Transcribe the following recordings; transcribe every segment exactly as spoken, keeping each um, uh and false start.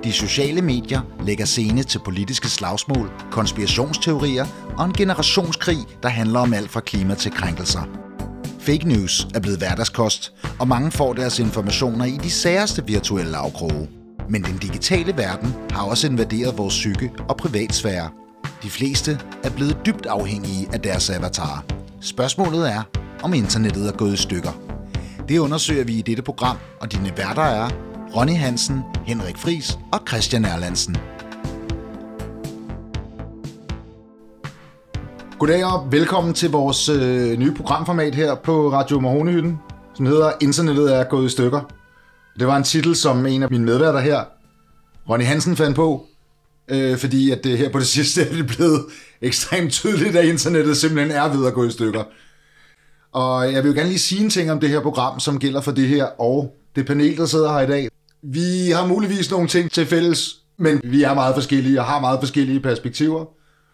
De sociale medier lægger scene til politiske slagsmål, konspirationsteorier og en generationskrig, der handler om alt fra klima til krænkelser. Fake news er blevet hverdagskost, og mange får deres informationer i de særeste virtuelle afkroge. Men den digitale verden har også invaderet vores psyke og privatsfære. De fleste er blevet dybt afhængige af deres avatar. Spørgsmålet er, om internettet er gået i stykker. Det undersøger vi i dette program, og dine værter er Ronny Hansen, Henrik Friis og Christian Erlandsen. Goddag og velkommen til vores øh, nye programformat her på Radio Mahognyhytten, som hedder Internettet er gået i stykker. Det var en titel, som en af mine medværter her, Ronny Hansen, fandt på, øh, fordi at det her på det sidste er det blevet ekstremt tydeligt, at internettet simpelthen er ved at gå i stykker. Og jeg vil jo gerne lige sige en ting om det her program, som gælder for det her og det panel, der sidder her i dag. Vi har muligvis nogle ting til fælles, men vi er meget forskellige og har meget forskellige perspektiver.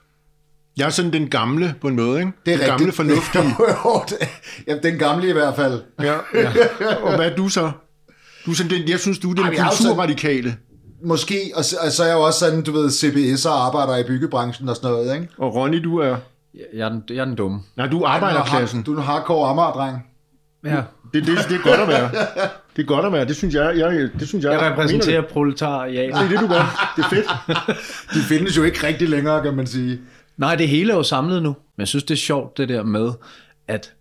Jeg er sådan den gamle på en måde, ikke? Det er den rigtigt. Gamle fornuftige. Ja, den gamle i hvert fald. Ja, ja. Og hvad er du så? Du er sådan den, jeg synes, du er den Ej, kulturradikale. Måske, og så, og så er jeg jo også sådan, du ved, C B S'er og arbejder i byggebranchen og sådan noget, ikke? Og Ronny, du er... Jeg er den, jeg er den dumme. Nej, du er arbejderklassen. Du er en hardcore Amager-dreng. Ja. Det, det, det er godt at være. Det er godt at være. Det synes jeg, jeg, det synes jeg, jeg repræsenterer proletariat. Det er det, du gør. Det er fedt. De findes jo ikke rigtig længere, kan man sige. Nej, det hele er jo samlet nu. Men jeg synes, det er sjovt, det der med, at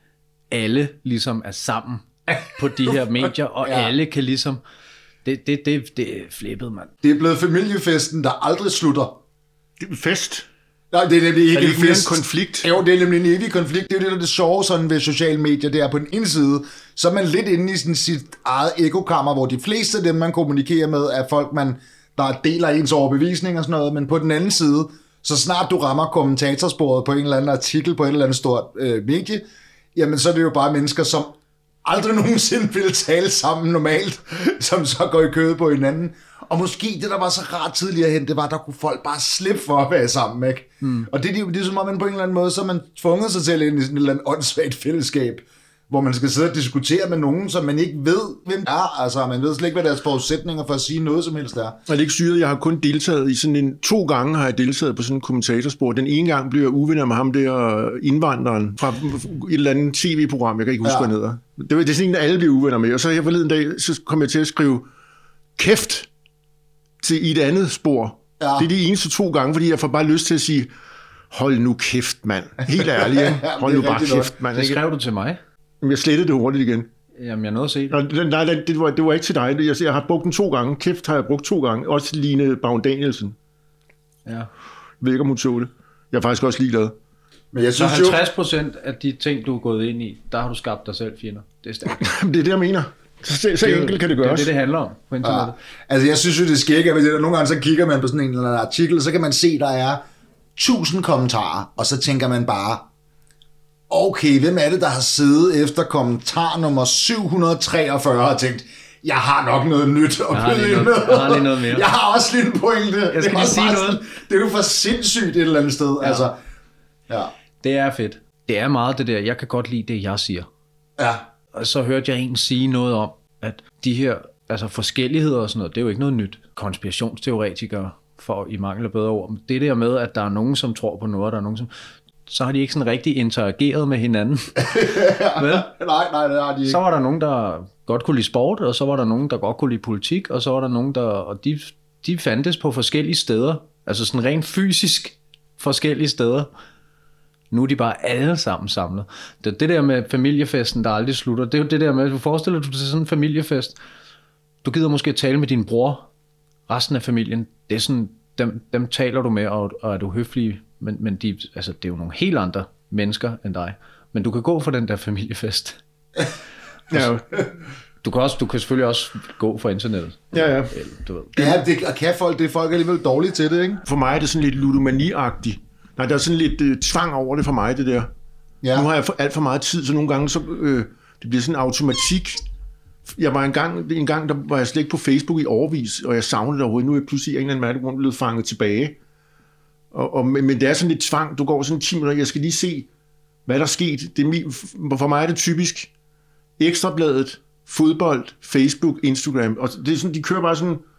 alle ligesom er sammen på de her medier, og ja. alle kan ligesom... Det, det, det, det er flippet, mand. Det er blevet familiefesten, der aldrig slutter. Det er fest. Nej, det er nemlig ikke, er det en fest. En konflikt. Jo, det er nemlig en evig konflikt. Det er jo det, der er det sjove sådan ved sociale medier. Det er på den ene side, så er man lidt inde i sådan sit eget ekokammer, hvor de fleste af dem, man kommunikerer med, er folk, man, der deler ens overbevisning og sådan noget. Men på den anden side, så snart du rammer kommentatorsporet på en eller anden artikel på et eller andet stort øh, medie, jamen så er det jo bare mennesker, som aldrig nogensinde vil tale sammen normalt, som så går i kødet på hinanden. Og måske det, der var så rart tidligere hen, det var, at der kunne folk bare slippe for at være sammen, ikke? Mm. Og det, det, det er som om, man på en eller anden måde, så er man tvunget sig til ind i sådan et eller andet åndssvagt fællesskab, hvor man skal sidde og diskutere med nogen, som man ikke ved, hvem er. Altså, man ved slet ikke, hvad deres forudsætninger for at sige noget som helst er. Og det er ikke syret, jeg har kun deltaget i sådan en... To gange har jeg deltaget på sådan en kommentatorspor. Den ene gang blev jeg uvenner med ham der indvandreren fra et eller andet tv-program, jeg kan ikke huske, ja. hvad hedder. Det var det er sådan en, alle blev uvenner med. Og så her forleden dag, så kom jeg til at skrive kæft til i et andet spor. Ja. Det er de eneste to gange, fordi jeg får bare lyst til at sige, hold nu kæft, mand. Helt ærligt, ja. Hold nu bare kæft, mand. Det skrev du til mig. Jeg slettede det hurtigt igen. Jamen, jeg nåede at se det. Nej, nej det, var, det var ikke til dig. Jeg, jeg har brugt den to gange. Kæft har jeg brugt to gange. Også til Line Baun Danielsen. Ja. Jeg ved ikke, om hun så det. Jeg er faktisk også ligeglad. Men jeg synes så halvtreds procent af de ting, du er gået ind i, der har du skabt dig selv fjender. Det er stærkt. Det er det, jeg mener. Så, så enkelt jo, kan det gøres. Det er det, det handler om på internettet. Ja. Altså, jeg synes jo, det sker ikke. Nogle gange så kigger man på sådan en eller anden artikel, så kan man se, der er tusind kommentarer, og så tænker man bare, okay, hvem er det, der har siddet efter kommentar nummer syv hundrede treogfyrre og tænkt, jeg har nok noget nyt at byde med. Jeg har lige noget mere. Jeg har også lige en pointe. Jeg skal lige sige noget. Sådan, det er jo for sindssygt et eller andet sted. Ja. Altså, ja. Det er fedt. Det er meget det der, jeg kan godt lide det, jeg siger. Ja. Og så hørte jeg en sige noget om, at de her altså forskelligheder og sådan noget, det er jo ikke noget nyt. Konspirationsteoretikere, for i mangel af bedre ord. Det der med, at der er nogen, som tror på noget, og der er nogen, som... så har de ikke sådan rigtig interageret med hinanden. nej, nej, det har de ikke. Så var der nogen, der godt kunne lide sport, og så var der nogen, der godt kunne lide politik, og så var der nogen, der... Og de, de fandtes på forskellige steder. Altså sådan rent fysisk forskellige steder. Nu er de bare alle sammen samlet. Det, det der med familiefesten, der aldrig slutter, det er jo det der med, du forestiller dig til sådan en familiefest. Du gider måske tale med din bror, resten af familien. Det er sådan, dem, dem taler du med, og, og er du høflig. Men, men de, altså, det er jo nogle helt andre mennesker end dig. Men du kan gå for den der familiefest. Ja. Du kan, også, du kan selvfølgelig også gå for internettet. Ja, ja. Du ved. Ja, det kan folk. Det er folk alligevel dårlige til det, ikke? For mig er det sådan lidt ludomani-agtigt. Nej, der er sådan lidt øh, tvang over det for mig, det der. Ja. Nu har jeg for, alt for meget tid, så nogle gange så, øh, det bliver sådan en automatik. Jeg var en gang, en gang, der var jeg slet ikke på Facebook i årevis, og jeg savnede det overhovedet. Nu er jeg pludselig en eller anden mærke grund blevet fanget tilbage. Og, og, men det er sådan lidt tvang. Du går sådan en time, og jeg skal lige se, hvad der er sket. Det er min, for mig er det typisk Ekstrabladet, fodbold, Facebook, Instagram. Og det er sådan, de kører bare sådan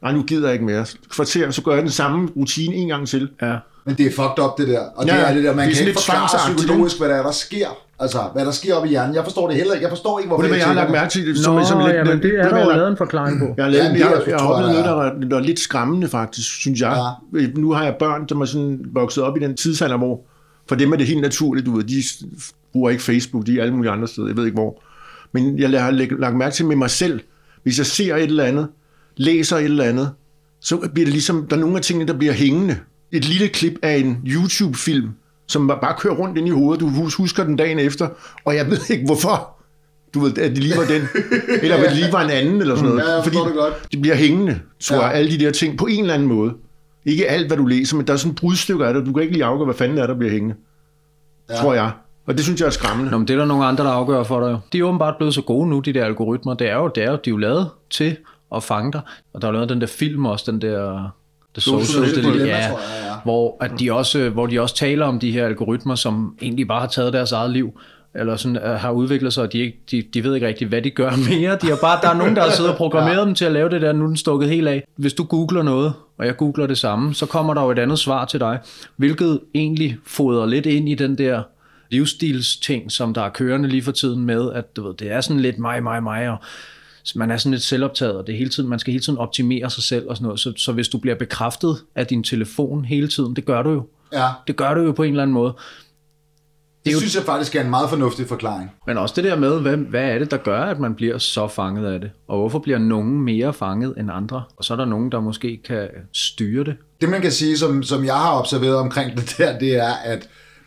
nej, nu gider jeg ikke mere. Kvarter, så gør jeg den samme rutine en gang til. Ja. Men det er fucked up, det der. Og Ja, det er det der, man det er kan ikke sådan lidt forklare tvangsagtigt, psykologisk, hvad der er, der sker. Altså, hvad der sker op i hjernen. Jeg forstår det heller ikke. Jeg forstår ikke, hvorfor Ved du, hvad jeg har lagt tænker mærke til? Det, Nå, som, som lidt, jamen, det er der jo lavet en forklaring på. Jeg har, lavet, Ja, det jeg, er- jeg, jeg har tror jeg, oplevet noget, der der er, der er lidt skræmmende faktisk, synes jeg. Ja. Nu har jeg børn, som er sådan vokset op i den tidsalder, hvor for dem er det helt naturligt, du ved, de bruger ikke Facebook, de er alle mulige andre steder, jeg ved ikke hvor. Men jeg har lagt mærke til med mig selv, hvis jeg ser et eller andet, læser et eller andet, så bliver det ligesom, der er nogle af tingene, der bliver hængende. Et lille klip af en YouTube-film, som bare kører rundt ind i hovedet, du husker den dagen efter, og jeg ved ikke hvorfor. Du ved, at det lige var den, eller at det lige var en anden, eller sådan noget. Ja, jeg fordi forstår det godt. det bliver hængende, tror Ja. jeg, alle de der ting, på en eller anden måde. Ikke alt, hvad du læser, men der er sådan et brudstykke af det, du kan ikke lige afgøre, hvad fanden er, der bliver hængende. Ja. Tror jeg. Og det synes jeg er skræmmende. Nå, men det er der nogle andre, der afgør for dig jo. De er åbenbart blevet så gode nu, de der algoritmer. Det er jo, det er jo, de er jo lavet til at fange dig. Og der er lavet den der film også, den der... The Social, Social det, Dilemma, ja, tror jeg, ja. hvor, at de også, hvor de også taler om de her algoritmer, som egentlig bare har taget deres eget liv, eller sådan, uh, har udviklet sig, og de, ikke, de, de ved ikke rigtig, hvad de gør mere. De har bare, der er nogen, der har siddet og programmeret ja. dem til at lave det der, nu er den stukket helt af. Hvis du googler noget, og jeg googler det samme, så kommer der jo et andet svar til dig, hvilket egentlig fodrer lidt ind i den der livsstilsting, som der er kørende lige for tiden med, at du ved, det er sådan lidt mig, mig, mig, og man er sådan lidt selvoptaget, og det er hele tiden, man skal hele tiden optimere sig selv og sådan noget. Så, så hvis du bliver bekræftet af din telefon hele tiden, det gør du jo. Ja. Det gør du jo på en eller anden måde. Det, det jo, synes jeg faktisk er en meget fornuftig forklaring. Men også det der med, hvad, hvad er det, der gør, at man bliver så fanget af det? Og hvorfor bliver nogen mere fanget end andre? Og så er der nogen, der måske kan styre det. Det man kan sige, som, som jeg har observeret omkring det der, det er, at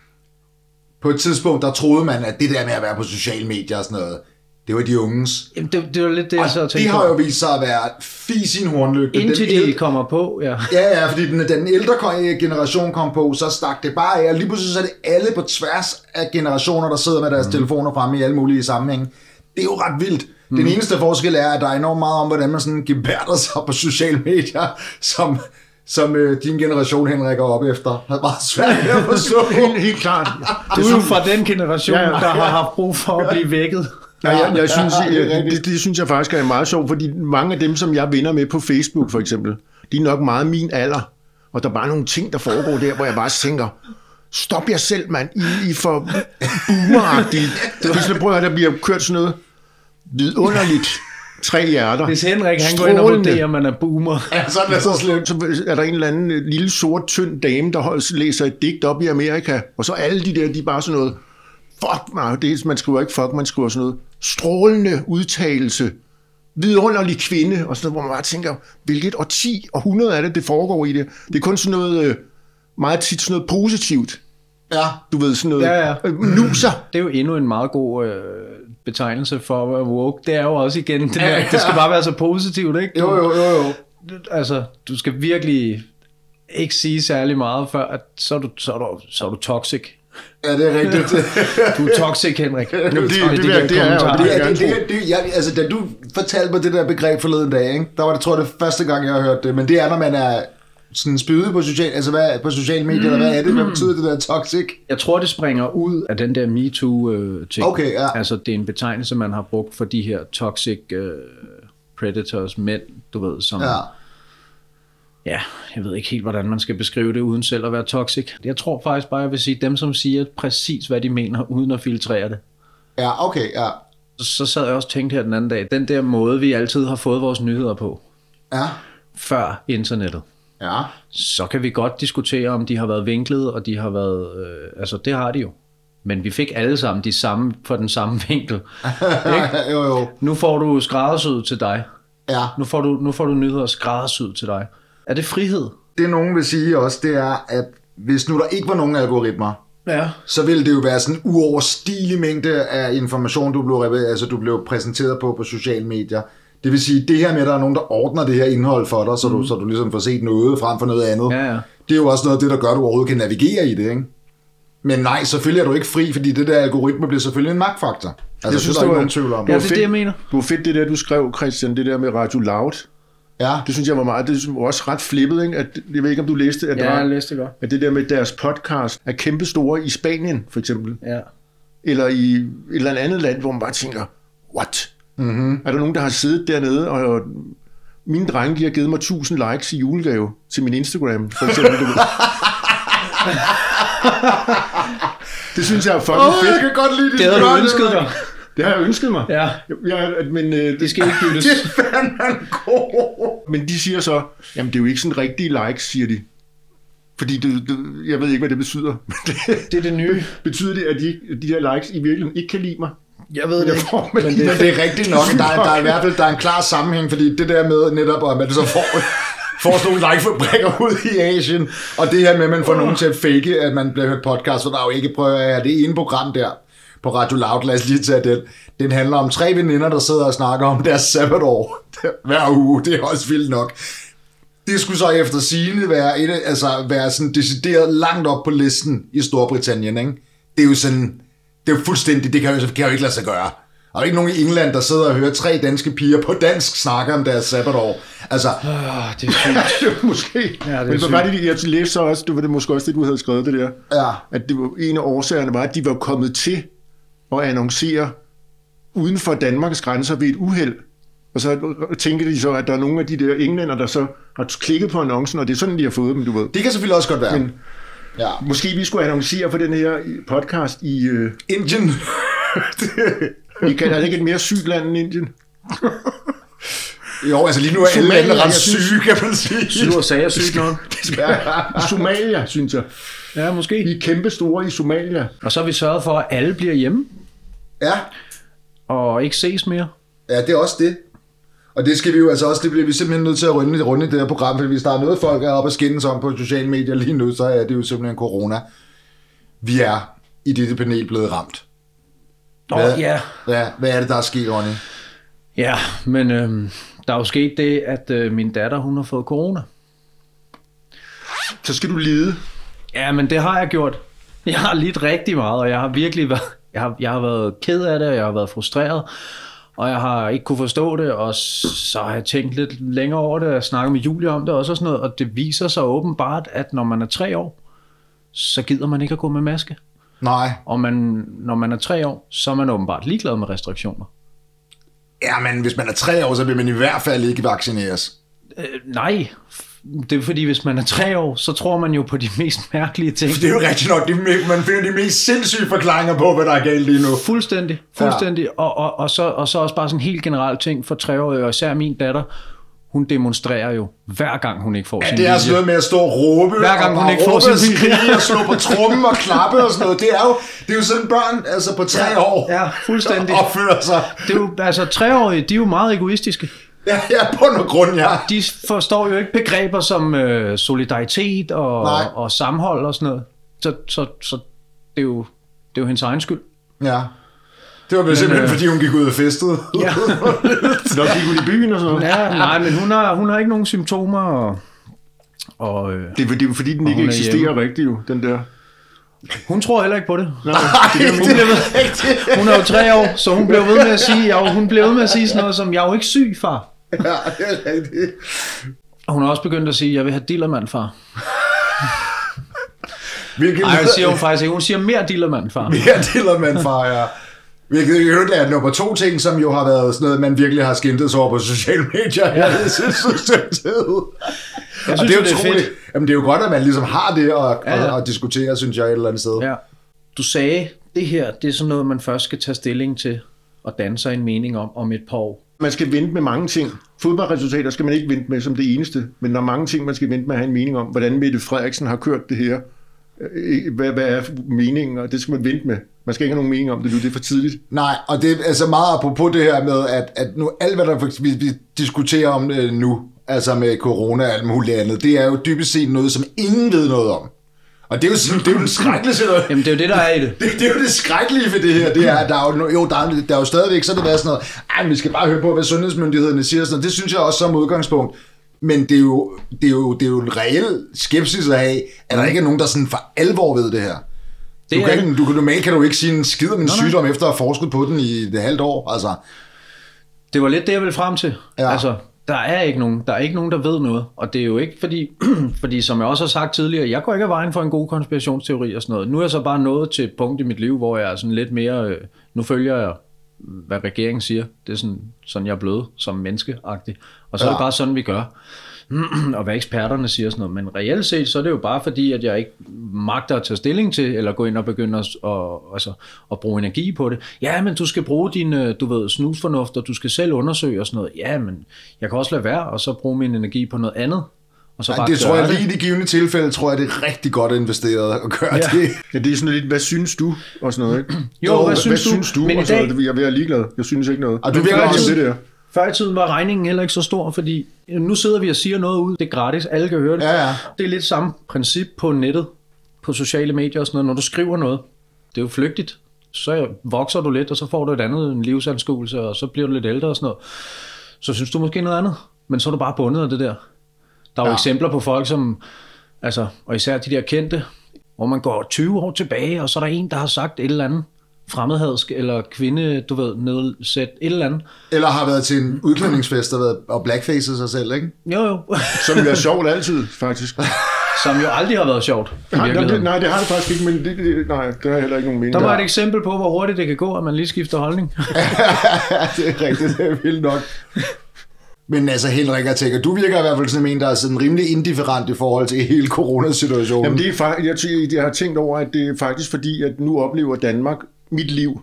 på et tidspunkt, der troede man, at det der med at være på sociale medier og sådan noget, det var de unges. Jamen, det, det var lidt det, jeg så Og tænkte de på. har jo vist sig at være fis i en hornlygte. Indtil Den de ældre- kommer på, ja. Ja, ja, fordi den, da den ældre generation kom på, så stak det bare af, og lige pludselig så er det alle på tværs af generationer, der sidder med deres mm. telefoner fremme i alle mulige sammenhænge. Det er jo ret vildt. Mm. Den eneste forskel er, at der er enormt meget om, hvordan man sådan gebærder sig på sociale medier, som, som øh, din generation, Henrik, er op efter. Det er meget svært at forstå. Helt, helt klart. Du er jo fra den generation, Ja, ja. der har haft brug for at blive vækket. Ja, jeg, jeg synes, Ja, det er jeg, rigtigt. det, det synes jeg faktisk er meget sjovt, fordi mange af dem, som jeg venner med på Facebook for eksempel, de er nok meget min alder, og der er bare nogle ting, der foregår der, hvor jeg bare tænker, stop jer selv, mand, I, I er for boomeragtige. Hvis du prøver, der bliver kørt sådan noget vidunderligt, tre hjerter. Hvis Henrik han går ind og Strålende. vurderer, at man er boomer. Ja, sådan er det så slemt. Så er der en eller anden lille sort, tynd dame, der læser et digt op i Amerika, og så alle de der, de er bare sådan noget, fuck mig, det er, man skriver ikke fuck, man skriver sådan noget, strålende udtalelse, vidunderlig kvinde, og sådan noget, hvor man bare tænker, hvilket årti og hundrede af det, det foregår i det. Det er kun sådan noget, øh, meget tit sådan noget positivt. Ja. Du ved, sådan noget, Ja, ja. øh, nuser. Det er jo endnu en meget god øh, betegnelse for at være woke. Det er jo også igen, det, der, det skal bare være så positivt, ikke? Jo, jo, jo, jo. Altså, du skal virkelig ikke sige særlig meget, før at så er du, så er du, så er du toxic. Ja, det er rigtigt. Du er toxic, Henrik. Jamen, det, Og det, de det, der det, det er jo, kommentarer. det vil jeg Ja, gerne det, tro. det, det, jeg, altså, da du fortalte mig det der begreb forleden dag, ikke? Der var det, tror jeg, det første gang, jeg har hørt det, men det er, når man er sådan spydet på social, altså hvad, på sociale medier, mm. eller hvad er det? Hvad betyder det der toxic? Jeg tror, det springer ud af den der MeToo-ting. Okay, ja. Altså, det er en betegnelse, man har brugt for de her toxic uh, predators, mænd, du ved, som... Ja. Ja, jeg ved ikke helt, hvordan man skal beskrive det, uden selv at være toxic. Jeg tror faktisk bare, jeg vil sige, dem, som siger præcis, hvad de mener, uden at filtrere det. Ja, okay, ja. Så, så sad jeg også og tænkte her den anden dag, den der måde, vi altid har fået vores nyheder på, Ja. før internettet, Ja. så kan vi godt diskutere, om de har været vinklet, og de har været... Øh, altså, det har de jo. Men vi fik alle sammen de samme for den samme vinkel. Ikke? jo, jo. Nu får du skræddersyet til dig. Ja. Nu får du, nu får du nyheder skræddersyet til dig. Er det frihed? Det nogen vil sige også, det er, at hvis nu der ikke var nogen algoritmer, Ja. så ville det jo være sådan en uoverstigelig mængde af information, du blev, altså, du blev præsenteret på på sociale medier. Det vil sige, det her med, at der er nogen, der ordner det her indhold for dig, så, mm. du, så du ligesom får set noget frem for noget andet. Ja, ja. Det er jo også noget af det, der gør, at du overhovedet kan navigere i det, ikke? Men nej, selvfølgelig er du ikke fri, fordi det der algoritme bliver selvfølgelig en magtfaktor. Altså, Jeg det synes, er der det ikke var- nogen tvivl om. Ja, var det er fedt. det, jeg mener. Det var fedt det der, du skrev, Christian, det der med Radio Loud. Ja, Det synes jeg var meget, det var også ret flippet, ikke? At, jeg ved ikke, om du læste, at, Ja, der jeg var, læste det godt. at det der med deres podcast er kæmpestore i Spanien, for eksempel. Ja. Eller i et eller andet land, hvor man bare tænker, what? Mm-hmm. Er der nogen, der har siddet dernede og mine drenge, de har givet mig tusind likes i julegave til min Instagram, for eksempel. Du ved. Det synes jeg er fucking oh, fedt. Jeg kan godt lide det. Det havde du ønsket dig. Det har jeg ønsket mig. Ja. Jeg, men, øh, det skal ikke byttes. Det er fandme god. Men de siger så, jamen det er jo ikke sådan rigtige likes, siger de. Fordi det, det, jeg ved ikke, hvad det betyder. Det er det nye. Betyder det, at de, de her likes i virkeligheden ikke kan lide mig? Jeg ved det ikke. Men, men, det, men det er rigtigt nok. Der er, der er i hvert fald der er en klar sammenhæng, fordi det der med netop, at man så får, får sådan nogle like-fabrikker ud i Asien, og det her med, at man får nogen til at fake, at man bliver hørt podcast, så der er jo ikke prøver at det ene program der på Radio Loud, lad os lige tage den. Den handler om tre veninder, der sidder og snakker om deres sabbatår hver uge. Det er også vildt nok. Det skulle så efter sigende være, et, altså være sådan decideret langt op på listen i Storbritannien, ikke? Det er jo sådan, det er jo fuldstændig, det kan jo, kan jo ikke lade sig gøre. Og der er ikke nogen i England, der sidder og hører tre danske piger på dansk snakke om deres sabbatår. Altså, oh, det er sygt. Måske. Ja, det er men sygt. hvad var det, jeg læste så også, det var det måske også det, du havde skrevet det der. Ja. At det var, en af årsagerne var, at de var kommet til at annoncere uden for Danmarks grænser ved et uheld. Og så tænker de så, at der er nogle af de der englænder, der så har klikket på annoncen, og det er sådan, de har fået dem, du ved. Det kan selvfølgelig også godt være. Men ja. Måske vi skulle annoncere for den her podcast i... Uh, Indien. I kan altså ikke et mere sygt land end Indien. Jo, altså lige nu er alle lande ret syge, kan man sige. Syg og sager sygt nok. Somalia, synes jeg. Ja, måske. Vi er kæmpe store i Somalia. Og så har vi sørget for, at alle bliver hjemme. Ja. Og ikke ses mere. Ja, det er også det. Og det skal vi jo altså også, det bliver vi simpelthen nødt til at runde, runde i det her program, for hvis der er noget, folk er oppe og skændes om på sociale medier lige nu, så er det jo simpelthen corona. Vi er i dette panel blevet ramt. Hvad, oh, ja. Hvad, hvad er det, der er sket, Ronny? Ja, men øhm, der er jo sket det, at øh, min datter, hun har fået corona. Så skal du lide. Ja, men det har jeg gjort. Jeg har lidt rigtig meget, og jeg har virkelig været, jeg har, jeg har været ked af det, og jeg har været frustreret, og jeg har ikke kunne forstå det, og så har jeg tænkt lidt længere over det, og snakket med Julie om det også og sådan noget, og det viser sig åbenbart, at når man er tre år, så gider man ikke at gå med maske. Nej. Og man, når man er tre år, så er man åbenbart ligeglad med restriktioner. Ja, men hvis man er tre år, så vil man i hvert fald ikke vaccineres. Øh, nej, det er fordi, hvis man er tre år, så tror man jo på de mest mærkelige ting. Det er jo rigtigt nok, man finder de mest sindssyge forklaringer på, hvad der er galt lige nu. Fuldstændig, fuldstændig. Ja. Og, og, og, så, og så også bare sådan en helt generelt ting for treårige, og især min datter, hun demonstrerer jo, hver gang hun ikke får ja, sin det er sådan noget med at stå og råbe, hver gang og hun ikke råbe får og sin skrige og slå på trummen og klappe og sådan noget. Det er jo, det er jo sådan børn, altså på tre ja, år, ja, fuldstændig. opfører sig. Det er jo, altså treårige, de er jo meget egoistiske. Ja, ja, på noget grund, ja. De forstår jo ikke begreber som øh, solidaritet og, og sammenhold og sådan noget. Så, så, så det, er jo, det er jo hendes egen skyld. Ja. Det var vel simpelthen, øh, fordi hun gik ud og festede. Ja. Nå, gik ud i byen og sådan noget. Ja, nej, men hun har, hun har ikke nogen symptomer. Og, og, øh, det, er, det er fordi, den ikke eksisterer rigtigt jo, den der. Hun tror heller ikke på det. Nej, det er, hun, det er rigtigt. Hun er jo tre år, så hun blev ved med at sige, ja, hun blev ved med at sige sådan noget som, jeg er jo ikke syg, far. Ja, det er rigtigt. Og hun har også begyndt at sige, jeg vil have dillermand, far. Nej, det siger hun faktisk ikke. Hun siger mere dillermand, far. Mere dillermand, far, ja. Hvilket jo er nummer to ting, som jo har været sådan noget, man virkelig har skændtet sig over på sociale medier. Ja. Jeg synes, det er jo fedt. Jamen, det er jo godt, at man ligesom har det at, ja, ja. at diskutere, synes jeg, et eller andet sted. Ja. Du sagde, det her, det er sådan noget, man først skal tage stilling til og danne sig en mening om om et par år. Man skal vente med mange ting. Fodboldresultater skal man ikke vente med som det eneste, men der er mange ting, man skal vente med at have en mening om. Hvordan Mette Frederiksen har kørt det her. Hvad, hvad er meningen, og det skal man vente med. Man skal ikke have nogen mening om det nu, det er for tidligt. Nej, og det er altså meget apropos det her med, at, at nu alt hvad der vi, vi diskuterer om øh, nu, altså med corona og alt muligt andet, det er jo dybest set noget, som ingen ved noget om. Og det er jo, det er jo det skrækkelige. Jamen det er jo det, der er i det. Det, det er jo det skrækkelige ved det her. Det er, der er jo, jo, der er, der er jo stadigvæk, så det været sådan noget, ej, vi skal bare høre på, hvad sundhedsmyndighederne siger. Sådan noget. Det synes jeg også som udgangspunkt. Men det er jo, det er jo, det er jo en reel skepsis at have, at der ikke er nogen, der sådan for alvor ved det her. Det du, kan, du kan normalt kan du ikke sige en skid om en nej, sygdom, nej. Efter at have forsket på den i et halvt år. Altså. Det var lidt det, jeg ville frem til. Ja. Altså, der er ikke nogen, der er ikke nogen, der ved noget. Og det er jo ikke fordi, fordi som jeg også har sagt tidligere, jeg går ikke af vejen for en god konspirationsteori og sådan noget. Nu er jeg så bare nået til et punkt i mit liv, hvor jeg er sådan lidt mere, øh, nu følger jeg, hvad regeringen siger. Det er sådan, sådan jeg er blevet som menneskeagtig. Og så ja. er det bare sådan, vi gør. Og hvad eksperterne siger sådan noget. Men reelt set, så er det jo bare fordi, at jeg ikke magter at tage stilling til, eller gå ind og begynde at, og, altså, at bruge energi på det. Ja, men du skal bruge din, du ved, snusfornuft, og du skal selv undersøge og sådan noget. Ja, men jeg kan også lade være, og så bruge min energi på noget andet. Og så ja, det tror jeg lige i de givende tilfælde, tror jeg, det er rigtig godt investeret at gøre ja. det. Ja, det er sådan lidt, hvad synes du? Og sådan noget, ikke? Jo, jo hvad, hvad, synes, hvad du? synes du? Men og i dag... noget, jeg er ligeglad. Jeg synes ikke noget. Og du virker også det der. Før i tiden var regningen heller ikke så stor, fordi nu sidder vi og siger noget ud, det er gratis, alle kan høre det. Ja, ja. Det er lidt samme princip på nettet, på sociale medier og sådan noget. Når du skriver noget, det er jo flygtigt, så vokser du lidt, og så får du et andet, en livsanskuelse, og så bliver du lidt ældre og sådan noget. Så synes du måske noget andet, men så er du bare bundet af det der. Der er jo ja. eksempler på folk, som, altså, og især de der kendte, hvor man går tyve år tilbage, og så er der en, der har sagt et eller andet fremmedhadsk, eller kvinde, du ved, nedsæt et eller andet. Eller har været til en udklædningsfest og, været, og blackfacet sig selv, ikke? Jo, jo. Som jo er sjovt altid, faktisk. Som jo aldrig har været sjovt. Nej, det, nej, det har det faktisk ikke, men det, det, nej, det har heller ikke nogen mening. Der var et eksempel på, hvor hurtigt det kan gå, at man lige skifter holdning. Det er rigtigt, det er vildt nok. Men altså, Henrik, jeg tænker, du virker i hvert fald sådan en, der er sådan rimelig indifferent i forhold til hele coronasituationen. Jamen, det er faktisk, jeg, jeg har tænkt over, at det er faktisk fordi, at nu oplever Danmark mit liv.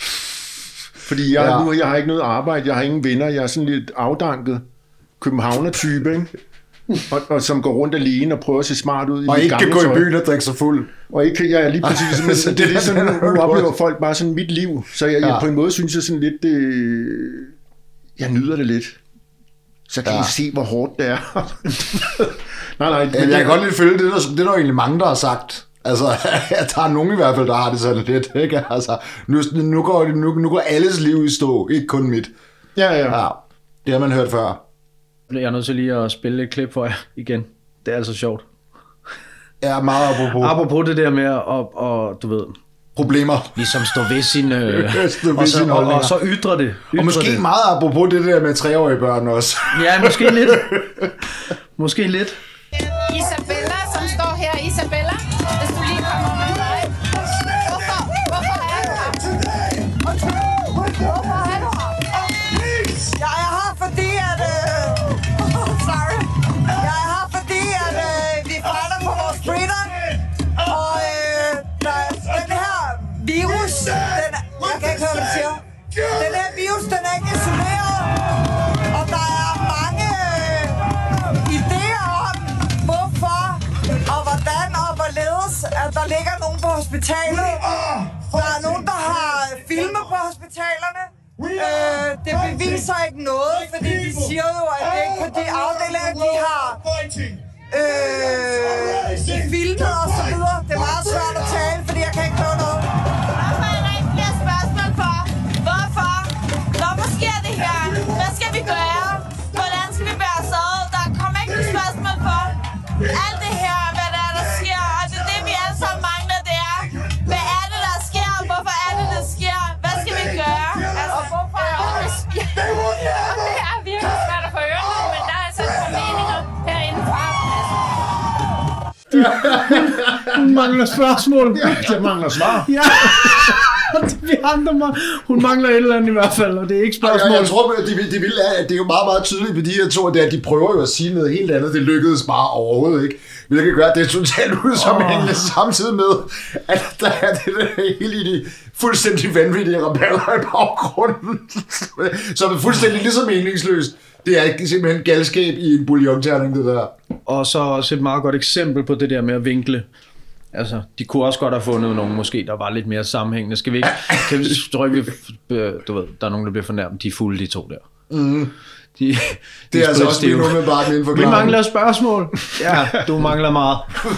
Fordi jeg, ja. nu, jeg har ikke noget arbejde, jeg har ingen venner, jeg er sådan lidt afdanket københavner-type, ikke? Og, og som går rundt alene og prøver at se smart ud. Og i ikke kan gå i byen og drikke sig fuld. Og ikke kan, ja, lige præcis. Men det, det er sådan, nu, nu oplever folk bare sådan mit liv. Så jeg, ja. jeg på en måde synes jeg sådan lidt, det, jeg nyder det lidt. Så kan ja. I se, hvor hårdt det er. nej, nej. Ja, jeg kan godt lidt følge det, der, det er der egentlig mange, der har sagt. Altså, der er nogen i hvert fald, der har det sådan lidt, ikke? Altså, nu, nu, går, nu, nu går alles liv i stå, ikke kun mit. Ja, ja. ja det har man hørt før. Jeg er nødt til lige at spille et klip for jer igen. Det er altså sjovt. Ja, meget apropos. Apropos det der med at, og, og, du ved... Problemer. Ligesom stå ved sin... Øh, ved og, så, sin og, og så ytre det. Ytre og måske det. meget apropos det der med treårige børn også. Ja, måske lidt. Måske lidt. Isabella, som står her. Isabella, hvis du lige kommer med mig. Hvorfor, hvorfor er du her? Hvorfor er du her? Jeg er her, fordi at... Uh, sorry. Jeg er her, fordi at uh, vi fejler på vores freedom. Og uh, der, den her virus, den er, jeg kan ikke høre, hvad du siger. Den her virus, den er ikke isoleret. Og der er mange uh, idéer om, hvorfor og hvordan og hvorledes, at der ligger nogen på hospitalet. Der er nogen, der har filmet på hospitalerne. Øh, det beviser ikke noget, fordi de siger jo, at det ikke på de afdelinger, de har øh, filmet og så videre. Det er meget svært at tale, fordi jeg kan ikke høre noget. Hvorfor er der ikke flere spørgsmål for? Hvorfor? Hvorfor sker det her? Hvad skal vi gøre? Hvordan skal vi bære os ad? Der kommer ikke nogen spørgsmål for. Alt det her, hvad der er, der sker, og det er det, vi alle sammen mangler, det er, hvad er det, der sker? Hvorfor er det, der sker? Hvad skal vi gøre? Altså, og hvorfor er det, sker? Det er virkelig svært at få ørerne, men der er altså et par meninger herinde fra. Hun mangler spørgsmål. Jeg mangler svar. Ja. Vi andre, hun mangler et eller andet i hvert fald, og det er ikke spørgsmål. Jeg, jeg tror, at de, de vil, at det er jo meget, meget tydeligt ved de her to, at de prøver jo at sige noget helt andet. Det lykkedes bare overhovedet ikke. Hvilket gør, at det er totalt udsammenhængende oh. samtidig med, at der er det der hele i de fuldstændig vanvittige raballer i baggrunden, som er fuldstændig lige så meningsløst. Det er ikke simpelthen galskab i en bouillonterning, det der. Og så også et meget godt eksempel på det der med at vinkle. Altså, de kunne også godt have fundet nogen, måske, der var lidt mere sammenhængende. Skal vi ikke... Kan vi, tror jeg, vi, du ved, der er nogen, der bliver fornærmet. De er fulde, de to der. Mm. De, de det er altså også lige noget med bare med en forklaring. Vi mangler spørgsmål. Ja, du mangler meget.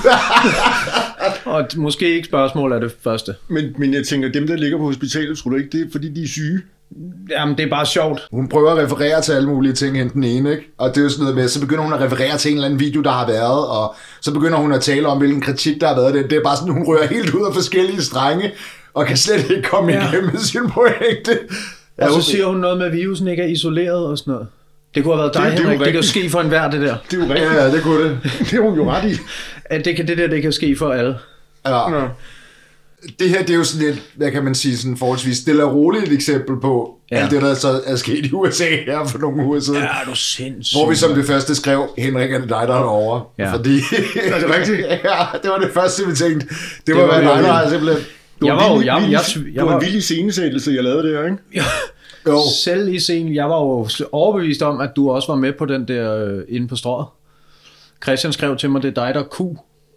Og måske ikke spørgsmål er det første. Men, men jeg tænker, dem der ligger på hospitalet, tror du ikke, det er fordi de er syge? Jamen, det er bare sjovt. Hun prøver at referere til alle mulige ting, hende den ene, ikke? Og det er jo sådan noget med, så begynder hun at referere til en eller anden video, der har været, og så begynder hun at tale om, hvilken kritik, der har været. Det, det er bare sådan, hun rører helt ud af forskellige strenge, og kan slet ikke komme ja. igennem med sin pointe. Og så siger hun noget med, at virusen ikke er isoleret og sådan noget. Det kunne have været dig, det, Henrik. Det, det kan jo ske for enhver, det der. Det er jo rigtigt. Ja, det kunne det. Det er hun jo ret i. At det, kan, det der, det kan ske for alle. Ja. Ja. det her, det er jo sådan et, hvad kan man sige, sådan forholdsvis stille og roligt et eksempel på ja. alt det, der så er sket i U S A her for nogle uger siden. Ja, er du sindssygt. Hvor vi som det første skrev, Henrik, er det dig, der er derovre? Ja. Fordi, Er det rigtigt? ja, det var det første, vi tænkte. Det, det var var det, dig, jeg der ville. er simpelthen... Jeg var jo, jeg, jeg, jeg, Det jeg var var, en vild iscenesættelse, jeg lavede der, ikke? Jo. selv i scenen, jeg var jo overbevist om, at du også var med på den der øh, inde på strået. Christian skrev til mig, det er dig, der er Q.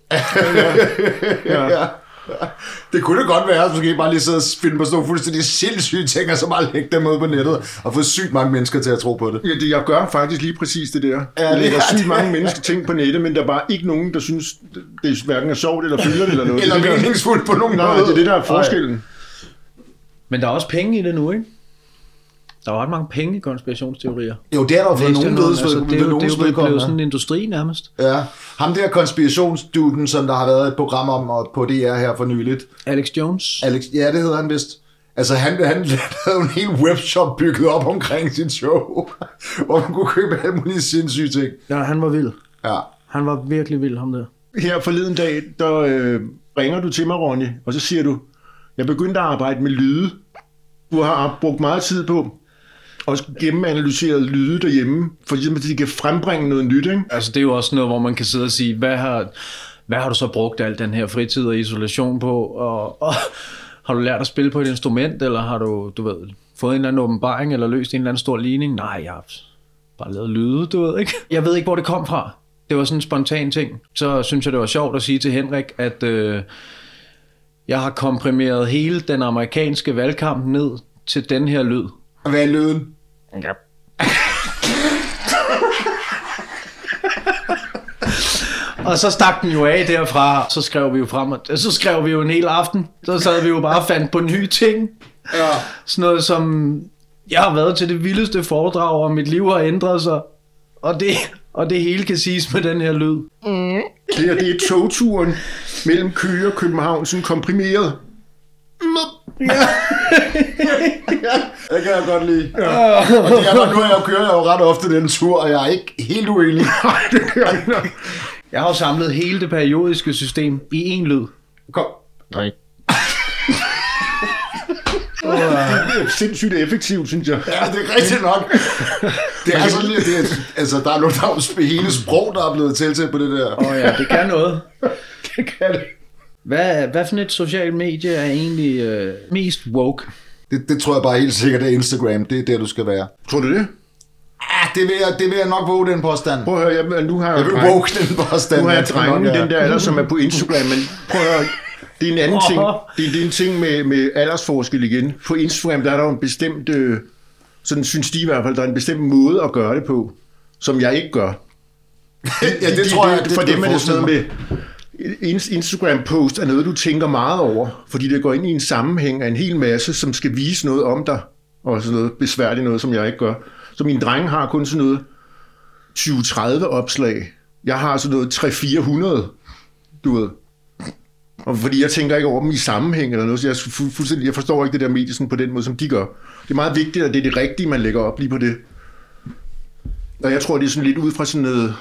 ja. ja. Det kunne det godt være, at måske bare lige sidde og finde på sådan nogle fuldstændig sindssyge ting, og så bare lægge dem ud på nettet, og få sygt mange mennesker til at tro på det. Ja, det, jeg gør faktisk lige præcis det der. Ja, Jeg lægger det er sygt det. mange mennesker ting på nettet, men der er bare ikke nogen, der synes, det er hverken er sjovt eller fylder det eller noget. Eller det, der, meningsfuldt på nogen nej, måde. det er det, der er forskellen. Men der er også penge i det nu, ikke? Der er ret mange penge i konspirationsteorier. Jo, det er der jo for Læste nogen jeg noget? ved, Altså, det er jo, det er jo blevet vedkommende. sådan en industri nærmest. Ja, ham der konspirationsduden, som der har været et program om og på D R her for nyligt. Alex Jones. Alex, ja, det hedder han vist. Altså, han, han havde en hel webshop bygget op omkring sit show, hvor man kunne købe alle mulige sindssyge ting. Ja, han var vild. Ja. Han var virkelig vild, ham der. Her forleden dag, der øh, ringer du til mig, Ronny, og så siger du, jeg begyndte at arbejde med lyde. Du har brugt meget tid på at gennemanalysere lyde derhjemme, for at de kan frembringe noget nyt, ikke? Altså, det er jo også noget, hvor man kan sidde og sige, hvad har, hvad har du så brugt al den her fritid og isolation på? Og, og har du lært at spille på et instrument, eller har du, du ved, fået en eller anden åbenbaring, eller løst en eller anden stor ligning? Nej, jeg har bare lavet lyde, du ved, ikke? Jeg ved ikke, hvor det kom fra. Det var sådan en spontan ting. Så synes jeg, det var sjovt at sige til Henrik, at øh, jeg har komprimeret hele den amerikanske valgkamp ned til den her lyd. Og hvad er lyden? Ja. Og så stak den jo af derfra, så skrev vi jo frem, og så skrev vi jo en hel aften, så sad vi jo bare og fandt på nye ting. Ja. Sådan noget som, jeg har været til det vildeste foredrag, og mit liv har ændret sig, og det, og det hele kan siges med den her lyd. Mm. Det, er, det er togturen mellem Køge og København, sådan komprimeret. Ja. Det kan jeg godt lide. Ja. Og det er, nu er jeg jo kører jeg jo ret ofte den tur, og jeg er ikke helt uenig. Nej, det gør jeg ikke. Jeg har jo samlet hele det periodiske system i én lyd. Kom. Nej. Det er sindssygt effektivt, synes jeg. Ja, det er rigtigt nok. Det er sådan lidt, det er, altså, der er noget, der er hele sprog, der er blevet tiltalt på det der. Åh oh ja, det kan noget. Det kan det. Hvad, hvad for et socialt medie er egentlig øh, mest woke? det. Det tror jeg bare helt sikkert, det er Instagram. Det er der, du skal være. Tror du det? Ah, det vil jeg, det vil jeg nok våge den påstand. Prøv at høre, jeg, nu har jeg, Jeg vil dreng- woke den påstand. nu har jeg Jeg tror nok, drengen, jeg- den der alder, som er på Instagram, men prøv at høre, det er en anden ting. Det er, det er en ting med, med aldersforskel igen. På Instagram, der er der jo en bestemt, øh, sådan synes de i hvert fald, der er en bestemt måde at gøre det på, som jeg ikke gør. Ja, det tror jeg, det For kan dem er jeg det sådan forestille med, Instagram-post er noget, du tænker meget over, fordi det går ind i en sammenhæng af en hel masse, som skal vise noget om dig, og sådan noget besværligt noget, som jeg ikke gør. Så mine drenge har kun sådan noget tyve til tredive opslag. Jeg har sådan noget tre til fire hundrede, du ved. Og fordi jeg tænker ikke over dem i sammenhæng eller noget, så jeg, fu- fuldstændig, jeg forstår ikke det der medie sådan på den måde, som de gør. Det er meget vigtigt, at det er det rigtige, man lægger op lige på det. Og jeg tror, det er sådan lidt ud fra sådan noget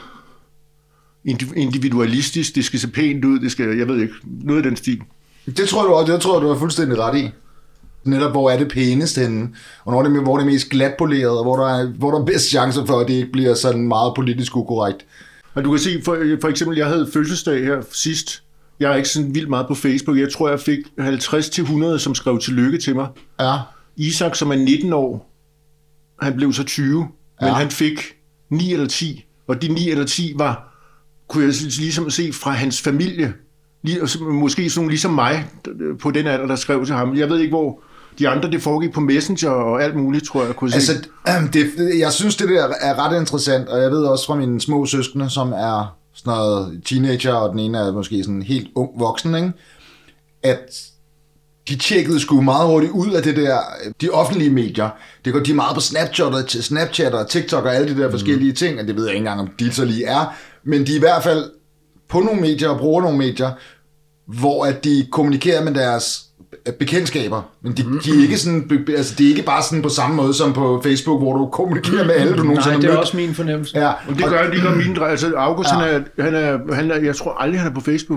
individualistisk, det skal se pænt ud, det skal, jeg ved ikke, noget i den stil. Det tror du også, det tror jeg, du er fuldstændig ret i. Netop, hvor er det pænest henne, og hvor er det, hvor er det mest glatpoleret, og hvor der er, hvor der er bedst chancer for, at det ikke bliver sådan meget politisk ukorrekt. Og du kan se, for, for eksempel, jeg havde fødselsdag her sidst. Jeg er ikke sådan vildt meget på Facebook. Jeg tror, jeg fik halvtreds til hundrede, som skrev tillykke til mig. Ja. Isak, som er nitten år, han blev så tyve, ja. Men han fik ni eller ti, og de ni eller ti var, kunne jeg ligesom se fra hans familie, måske sådan ligesom mig på den alder, der skrev til ham. Jeg ved ikke, hvor de andre, det foregik på Messenger og alt muligt, tror jeg, kunne se. Altså, det, jeg synes, det der er ret interessant, og jeg ved også fra mine små søskende, som er sådan noget teenager, og den ene er måske sådan helt ung voksen, ikke? At de tjekkede sgu meget hurtigt ud af det der, de offentlige medier. Det går de meget på Snapchat og, Snapchat og TikTok og alle de der forskellige mm. ting, og det ved jeg ikke engang, om de så lige er, men de er i hvert fald på nogle medier og bruger nogle medier, hvor at de kommunikerer med deres bekendtskaber, men de, de er ikke sådan, altså det er ikke bare sådan på samme måde som på Facebook, hvor du kommunikerer med alle, du nogensinde Nej, har det er mødt. også min fornemmelse. Ja, Og det gør de gør mindre. Altså August, ja. han, er, han, er, han er, jeg tror aldrig, han er på Facebook.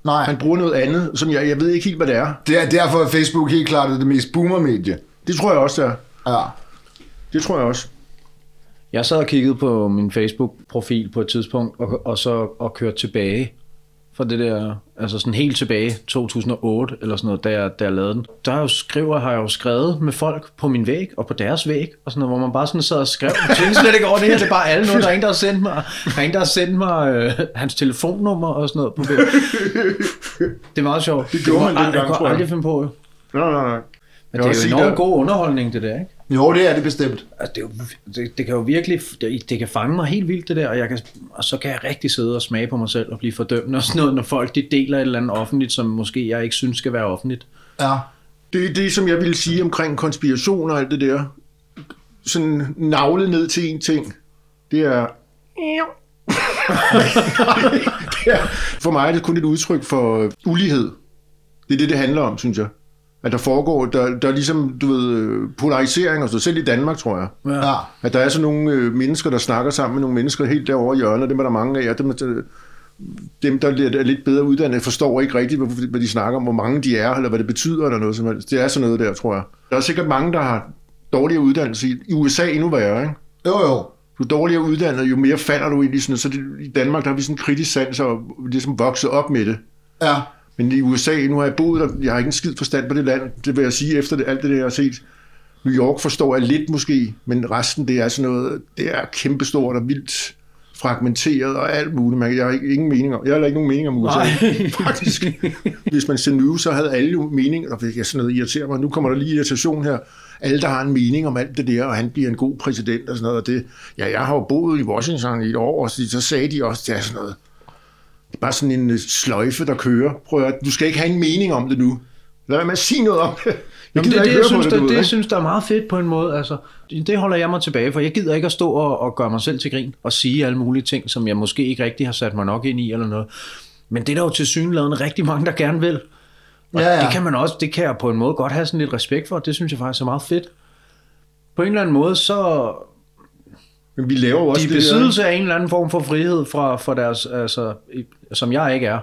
Nej. Han bruger noget andet, som jeg, jeg ved ikke helt, hvad det er. Det er derfor, at Facebook helt klart er det mest boomer-medie. Det tror jeg også, det er. Ja. Det tror jeg også. Jeg sad og kiggede på min Facebook-profil på et tidspunkt, og, og så og kørte tilbage for det der, altså sådan helt tilbage, to tusind og otte eller sådan noget, da jeg, da jeg lavede den. Der jo skriver, har jeg jo skrevet med folk på min væg og på deres væg, og sådan noget, hvor man bare sådan sad og skrev. Jeg tænkte slet ikke over det her, det er bare alle nu. Der er en, der har sendt mig, der er en, der har sendt mig øh, hans telefonnummer og sådan noget på væg. Det er meget sjovt. Det gjorde man dengang, jeg kunne tror jeg. aldrig finde på, jo. Nej, nej, nej. Men det er jo enormt god underholdning, det der, ikke? Jo, det er det bestemt. Altså, det, er jo, det, det kan jo virkelig, det, det kan fange mig helt vildt det der, og, jeg kan, og så kan jeg rigtig sidde og smage på mig selv og blive fordømmende og sådan noget, når folk de deler et eller andet offentligt, som måske jeg ikke synes skal være offentligt. Ja. Det er det, som jeg ville sige omkring konspiration og alt det der. Sådan navlet ned til en ting. Det er... For mig er det kun et udtryk for ulighed. Det er det, det handler om, synes jeg. At der foregår, der, der er ligesom, du ved, polarisering og så selv i Danmark, tror jeg. Ja. At der er sådan nogle øh, mennesker, der snakker sammen med nogle mennesker helt derovre i hjørnet, dem er der mange af, dem, dem der er lidt bedre uddannet, forstår ikke rigtigt, hvad de snakker om, hvor mange de er, eller hvad det betyder, eller noget som helst. Det er sådan noget der, tror jeg. Der er sikkert mange, der har dårligere uddannelse. I U S A endnu værre, ikke? Jo, jo. Jo dårligere uddannet, jo mere falder du ind i sådan, så det, i Danmark, der har vi sådan en kritisk sans, og ligesom vokset op med det. Ja. Men i U S A, nu har jeg boet der, jeg har ikke en skid forstand på det land, det vil jeg sige, efter det, alt det der, jeg har set. New York forstår jeg lidt måske, men resten, det er sådan noget, det er kæmpestort og vildt fragmenteret og alt muligt. Man, jeg har ikke, ingen mening om, jeg har ikke nogen mening om U S A, faktisk. Hvis man ser news, så havde alle jo mening, og jeg sådan noget irriterer mig. Nu kommer der lige irritation her. Alle, der har en mening om alt det der, og han bliver en god præsident og sådan noget. Og det, ja, jeg har jo boet i Washington i et år, og så sagde de også, det er sådan noget. Det er bare sådan en sløjfe, der kører. Prøv at, du skal ikke have en mening om det nu. Lad være med at sige noget om det. Jamen, det er det, jeg synes, det, der, det, jeg synes, der er meget fedt på en måde. Altså, det holder jeg mig tilbage for. Jeg gider ikke at stå og, og gøre mig selv til grin og sige alle mulige ting, som jeg måske ikke rigtig har sat mig nok ind i eller noget. Men det er der jo tilsyneladende rigtig mange, der gerne vil. Og ja, ja. det kan man også, det kan jeg på en måde godt have sådan lidt respekt for. Det synes jeg faktisk er meget fedt. På en eller anden måde, så... Men vi laver også de det besiddelse der... af en eller anden form for frihed fra, fra deres, altså, som jeg ikke er.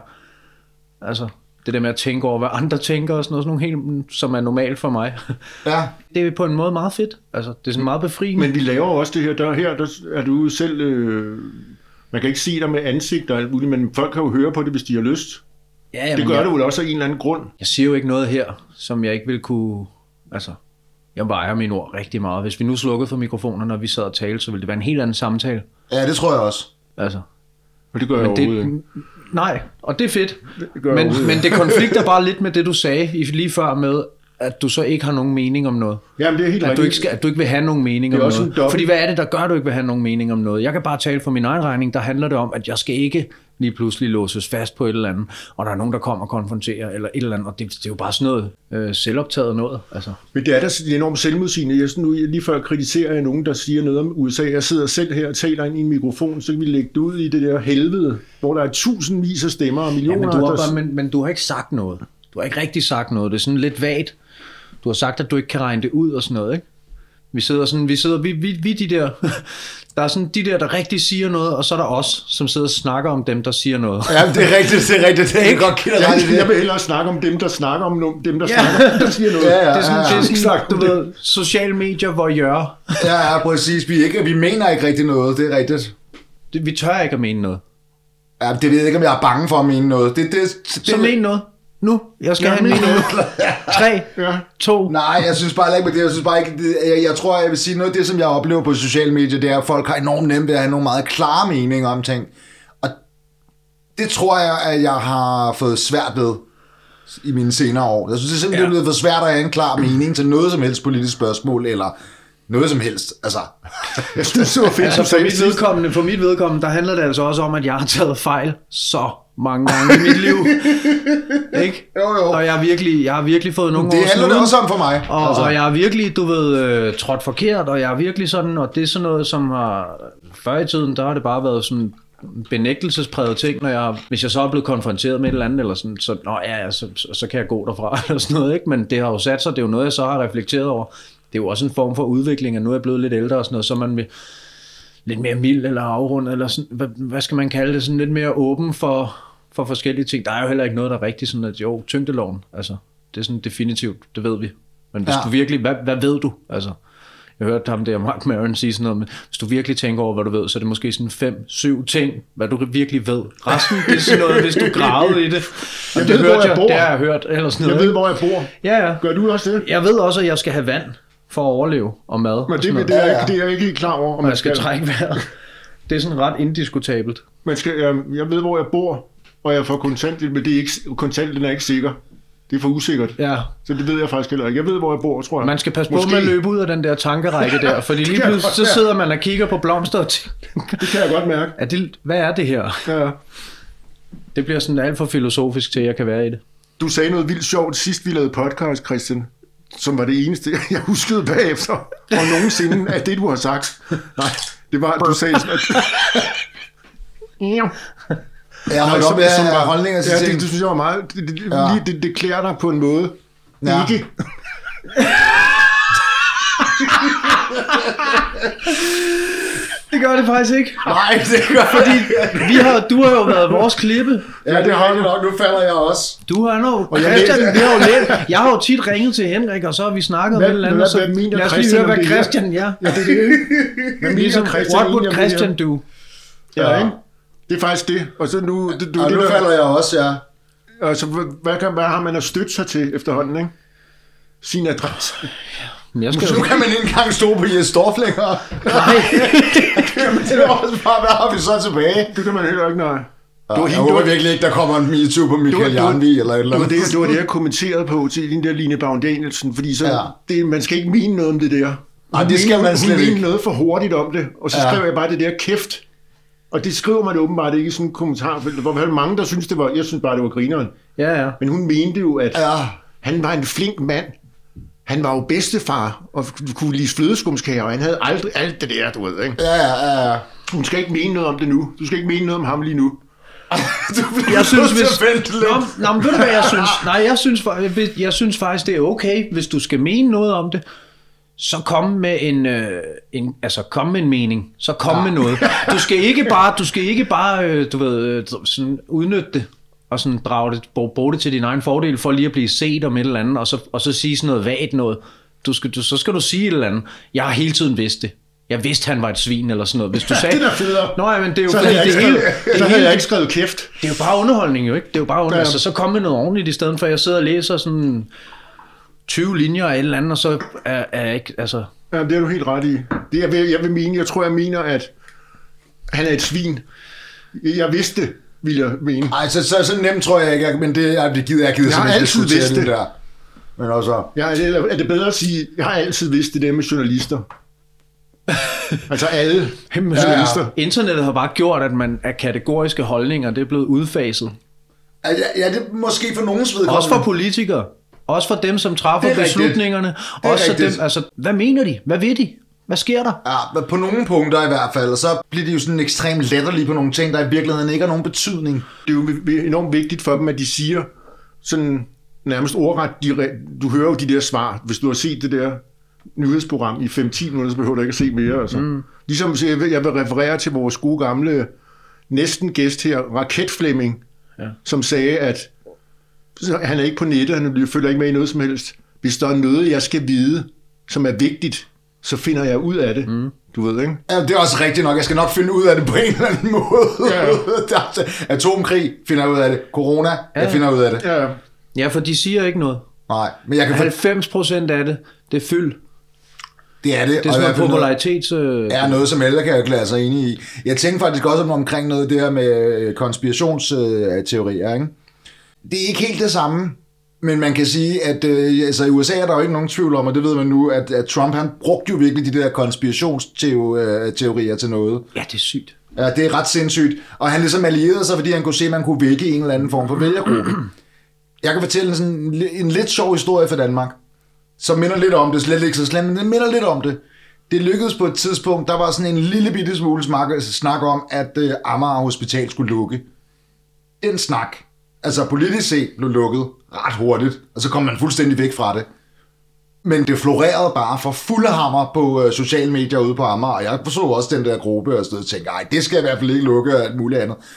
Altså, det der med at tænke over, hvad andre tænker og sådan noget, sådan nogle helt, som er normalt for mig. Ja. Det er på en måde meget fedt. Altså, det er sådan meget befriende. Men vi laver også det her, der her, der er du selv, øh, man kan ikke se dig med ansigt og alt muligt, men folk kan jo høre på det, hvis de har lyst. Ja, jamen, det gør jeg, det vel også af en eller anden grund. Jeg siger jo ikke noget her, som jeg ikke vil kunne, altså, jeg vejer mine ord rigtig meget. Hvis vi nu slukkede for mikrofonerne, når vi sad og talte, så ville det være en helt anden samtale. Ja, det tror jeg også. Altså. Og det gør jeg overhovedet ikke. Nej, og det er fedt. Det gør men, men det konflikter bare lidt med det, du sagde lige før med, at du så ikke har nogen mening om noget. Jamen, det er helt at du, ikke skal, at du ikke vil have nogen mening om noget. Fordi hvad er det, der gør, at du ikke vil have nogen mening om noget? Jeg kan bare tale for min egen regning. Der handler det om, at jeg skal ikke lige pludselig låses fast på et eller andet, og der er nogen, der kommer og konfronterer, eller et eller andet, og det, det er jo bare sådan noget øh, selvoptaget noget. Altså. Men det er da enormt selvmodsigende. Jeg, nu, lige før kritiserer jeg nogen, der siger noget om U S A. Jeg sidder selv her og taler ind i en mikrofon, så kan vi lægge det ud i det der helvede, hvor der er tusindvis af stemmer og millioner. Ja, men, du har der... bare, men, men du har ikke sagt noget. Du har ikke rigtig sagt noget. Det er sådan lidt vagt. Du har sagt, at du ikke kan regne det ud og sådan noget, ikke? Vi sidder sådan, vi sidder, vi, vi, vi de der, der er sådan de der, der rigtig siger noget, og så er der os, som sidder og snakker om dem, der siger noget. Ja, det er rigtigt, det er rigtigt, det er godt kender jeg, det. Jeg vil hellere snakke om dem, der snakker om no, dem, der ja. snakker, der siger noget. Ja, ja, det er sådan, ja, ja. det er sådan du ved, sociale medier, hvor jeg. Ja, ja, præcis. Vi, ikke, vi mener ikke rigtig noget, det er rigtigt. Det, vi tør ikke at mene noget. Ja, det ved jeg ikke, om jeg er bange for at mene noget. Det, det, det, så men noget. Nu, jeg skal ja, have en minut. Tre, ja. to. Nej, jeg synes bare ikke med det. Jeg synes bare ikke, det, jeg, jeg tror, jeg vil sige noget af det, som jeg oplever på sociale medier, det er, at folk har enormt nemt ved at have nogle meget klare meninger om ting. Og det tror jeg, at jeg har fået svært ved i mine senere år. Jeg synes, det er simpelthen ja. blevet for svært at have en klar mening til noget som helst politisk spørgsmål, eller noget som helst. Altså, jeg synes, det var fedt. Altså, for, mit vedkommende, for mit vedkommende, der handler det altså også om, at jeg har taget fejl så mange gange i mit liv. Ikke? Jo, jo. Og jeg har virkelig, jeg har virkelig fået nogle det år handler det også om for mig. Og, altså. og jeg har virkelig, du ved, øh, trådt forkert, og jeg er virkelig sådan, og det er sådan noget, som har, før i tiden, der har det bare været sådan benægtelsespræget ting, når jeg, hvis jeg så er blevet konfronteret med et eller andet, eller sådan, så, nå, ja, ja, så, så kan jeg gå derfra, eller sådan noget, ikke? Men det har jo sat sig, det er jo noget, jeg så har reflekteret over. Det er jo også en form for udvikling, at nu er jeg blevet lidt ældre og sådan noget, så man vil lidt mere mild eller afrundet, eller sådan, hvad, hvad skal man kalde det, sådan lidt mere åben for, for forskellige ting. Der er jo heller ikke noget, der er rigtigt sådan, at jo, tyngdeloven, altså, det er sådan definitivt, det ved vi. Men hvis ja. du virkelig, hvad, hvad ved du? Altså, jeg hørte ham der, Mark Maron, sige sådan noget, men hvis du virkelig tænker over, hvad du ved, så er det måske sådan fem, syv ting, hvad du virkelig ved. Resten, det er sådan noget, hvis du gravede i det. Og jeg det ved, hørte hvor jeg jeg, bor. det har jeg hørt. Eller sådan noget, jeg ved, hvor jeg bor. Ja, ja. Gør du også det? Jeg ved også, at jeg skal have vand for at overleve, og mad. Men og det, noget. det, er, Ja, ja. det er jeg ikke helt klar over. Og man skal trække vejret. Det er sådan ret indiskutabelt. Man skal, jeg, jeg ved, hvor jeg bor, og jeg får kontanthjælp, men det er ikke, kontanthjælpen er ikke sikker. Det er for usikkert. Ja. Så det ved jeg faktisk heller ikke. Jeg ved, hvor jeg bor, tror jeg. Man skal passe Måske. på med at løbe ud af den der tankerække der, fordi lige pludselig så sidder man og kigger på blomster og tænker, Det kan jeg godt mærke. er det, hvad er det her? Ja. Det bliver sådan alt for filosofisk til, at jeg kan være i det. Du sagde noget vildt sjovt sidst, vi lavede podcast, Christian, som var det eneste, jeg huskede bagefter, og nogensinde af det, du har sagt. Nej, det var, du sagde sådan, at... Jeg har godt med holdninger til ja, ting. det, det synes jeg var meget... Det, det, Ja. lige, det, det klæder dig på en måde. Ja. Ikke. Det gør det faktisk ikke. Nej, det gør Fordi vi har, du har jo været vores klippe. Ja, det har vi nok. Nu falder jeg også. Du har nu, Og jeg Christian, ved- vi har jo let. Jeg har jo tit ringet til Henrik, og så har vi snakket Hvad- med et eller hvad- andet. Så hvad mener lad os lige Christian høre, om hvad det her? Christian, ja. Ja, det er det. Hvad Ligesom, mener Christian what egentlig would om Christian det her? do? Ja, ikke? Det er faktisk det. Og så nu... Det, du, Og det nu der, falder jeg også, ja. altså, hvad, hvad, kan, hvad har man at støtte sig til efterhånden, ikke? Sin adresse. Men jeg skal Nu jo... kan man ikke engang stå på Jes Dorf længere. Nej. Det er også bare, hvad har vi så tilbage? Det kan man heller ikke, nej. Ja, Det var jeg hende, håber det var- virkelig ikke, der kommer en MeToo på det var- Michael det var- Jarnvig eller et eller Det var andet. det, det var det, jeg kommenterede på til den der Line Baun Danielsen, fordi så, Ja. det, man skal ikke mene noget om det der. Hun Nej, det skal mener- man slet Hun ikke. mente noget for hurtigt om det, og så Ja. skrev jeg bare det der kæft. Og det skriver man åbenbart ikke i sådan en kommentarfelt. Der var mange, der synes det var, jeg synes bare, det var grineren. Ja, ja. Men hun mente jo, at Ja. han var en flink mand. Han var jo bedstefar, og kunne lide flødeskumskager, og han havde aldrig alt det der, du ved, ikke? Ja, ja, ja. Hun skal ikke mene noget om det nu. Du skal ikke mene noget om ham lige nu. Jeg synes, hvis... Vent lidt. Nå, nå, men ved du hvad jeg synes? Nej, jeg synes, fa- jeg synes faktisk, det er okay, hvis du skal mene noget om det. Så kom med en, øh, en altså kom med en mening. Så kom ja. med noget. Du skal ikke bare, du skal ikke bare, øh, du ved, øh, sådan udnytte det og sådan drage det, bruge det til din egen fordel for lige at blive set om et eller andet, og så, og så sige sådan noget vagt noget. Du skal, du, så skal du sige et eller andet. Jeg har hele tiden vidst det. Jeg vidste, han var et svin eller sådan noget. Hvis du sagde... Det er da federe. Nå, ja, men det er jo Så fordi, havde jeg det ikke hele, skrevet, det så havde hele, jeg ikke skrevet kæft. det er jo bare underholdning jo, ikke? Det er jo bare underholdning. Ja. Så, så kom med noget ordentligt i stedet for, at jeg sidder og læser sådan tyve linjer af et eller andet, og så er, er jeg ikke, altså... Ja, det er du helt ret i. Det jeg vil, jeg vil mene, jeg tror, jeg mener, at han er et svin. Jeg vidste det, vil jeg mene. Ej, så, så, så nemt tror jeg ikke, men det, jeg, det gider jeg gider Jeg har simpelthen altid diskutere vidst det. der. Men også... Ja, eller er det bedre at sige, jeg har altid vidst det der med journalister. Altså alle journalister. Internettet har bare gjort, at man af kategoriske holdninger, det er blevet udfaset. Ja, ja, det er måske for nogens vedkommende. Også for politikere. Også for dem, som træffer Det er rigtigt. beslutningerne. Det er Også for rigtigt. dem, altså, hvad mener de? Hvad ved de? Hvad sker der? Ja, på nogle punkter i hvert fald, og så bliver de jo sådan ekstremt latterlige på nogle ting, der i virkeligheden ikke har nogen betydning. Det er jo enormt vigtigt for dem, at de siger sådan nærmest ordret, de, du hører jo de der svar, hvis du har set det der nyhedsprogram i fem til ti minutter, så behøver du ikke at se mere. Altså. Mm. Ligesom jeg vil, jeg vil referere til vores gode gamle næsten gæst her, Raket Flemming, ja. som sagde, at han er ikke på nettet, han følger ikke med i noget som helst. Hvis der er noget, jeg skal vide, som er vigtigt, så finder jeg ud af det. Mm. Du ved, ikke? Ja, det er også rigtigt nok. Jeg skal nok finde ud af det på en eller anden måde. Ja. Der- Atomkrig finder jeg ud af det. Corona, ja. jeg finder ud af det. Ja, Ja, for de siger ikke noget. Nej, men jeg kan for... halvfems procent af det, det er fyld. Det er det. Det er og i sådan hvert noget fald noget- popularitets... Øh, er noget, som alle kan erklære sig enige i. Jeg tænker faktisk også om omkring noget der med konspirationsteorier, ikke? Det er ikke helt det samme, men man kan sige, at øh, altså, i U S A er der jo ikke nogen tvivl om, og det ved man nu, at, at Trump han brugte jo virkelig de der konspirationsteorier til noget. ja, det er sygt. Ja, det er ret sindssygt. Og han ligesom allierede sig, fordi han kunne se, at man kunne vække en eller anden form for vælgergruppe. Jeg kan fortælle sådan en, en lidt sjov historie fra Danmark, som minder lidt om det, slet ikke så slemt, men det minder lidt om det. Det lykkedes på et tidspunkt, der var sådan en lille bitte smule snak, snak om, at uh, Amager Hospital skulle lukke. Den snak, altså politisk set, blev lukket ret hurtigt, og så kom man fuldstændig væk fra det. Men det florerede bare for fulde hammer på uh, sociale medier ude på Amager, og jeg så også den der gruppe og stod og tænkte, ej, det skal i hvert fald ikke lukke og alt muligt andet.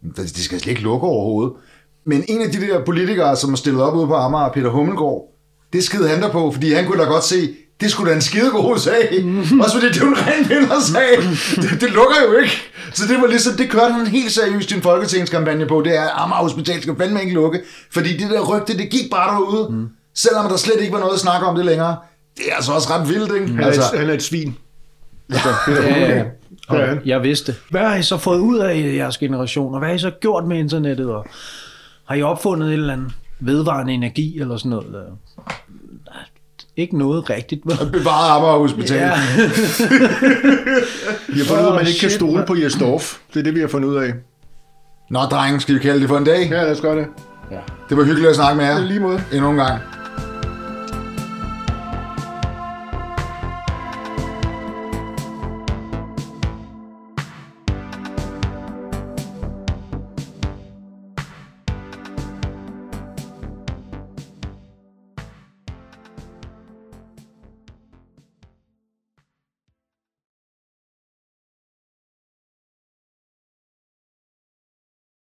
De skal slet ikke lukke overhovedet. Men en af de der politikere, som er stillet op ude på Amager, Peter Hummelgaard, det skide han der på, fordi han kunne da godt se, det skulle da en skidegod sag. Mm. Også fordi det er jo en ren vindersag. Det, det lukker jo ikke. Så det var ligesom, det kørte han helt seriøst i en folketingskampagne på, det er, at Amager Hospital skal fandme ikke lukke. Fordi det der rygte, det gik bare derude. Mm. Selvom der slet ikke var noget at snakke om det længere. Det er altså også ret vildt, ikke? Mm. Altså, han er et svin. Altså, ja, ja. Og jeg vidste. Hvad har I så fået ud af jeres generation? Og hvad har I så gjort med internettet? Og har I opfundet et eller andet vedvarende energi eller sådan noget? Ikke noget rigtigt. Bevaret Amager Hospital. Ja. Vi har fundet ud af, at man ikke kan stole på Jes Dorf. Det er det, vi har fundet ud af. Nå, drenge, skal vi kalde det for en dag? Ja, lad os gøre det. Ja. Det var hyggeligt at snakke med jer. Det er lige måde. Endnu en gang.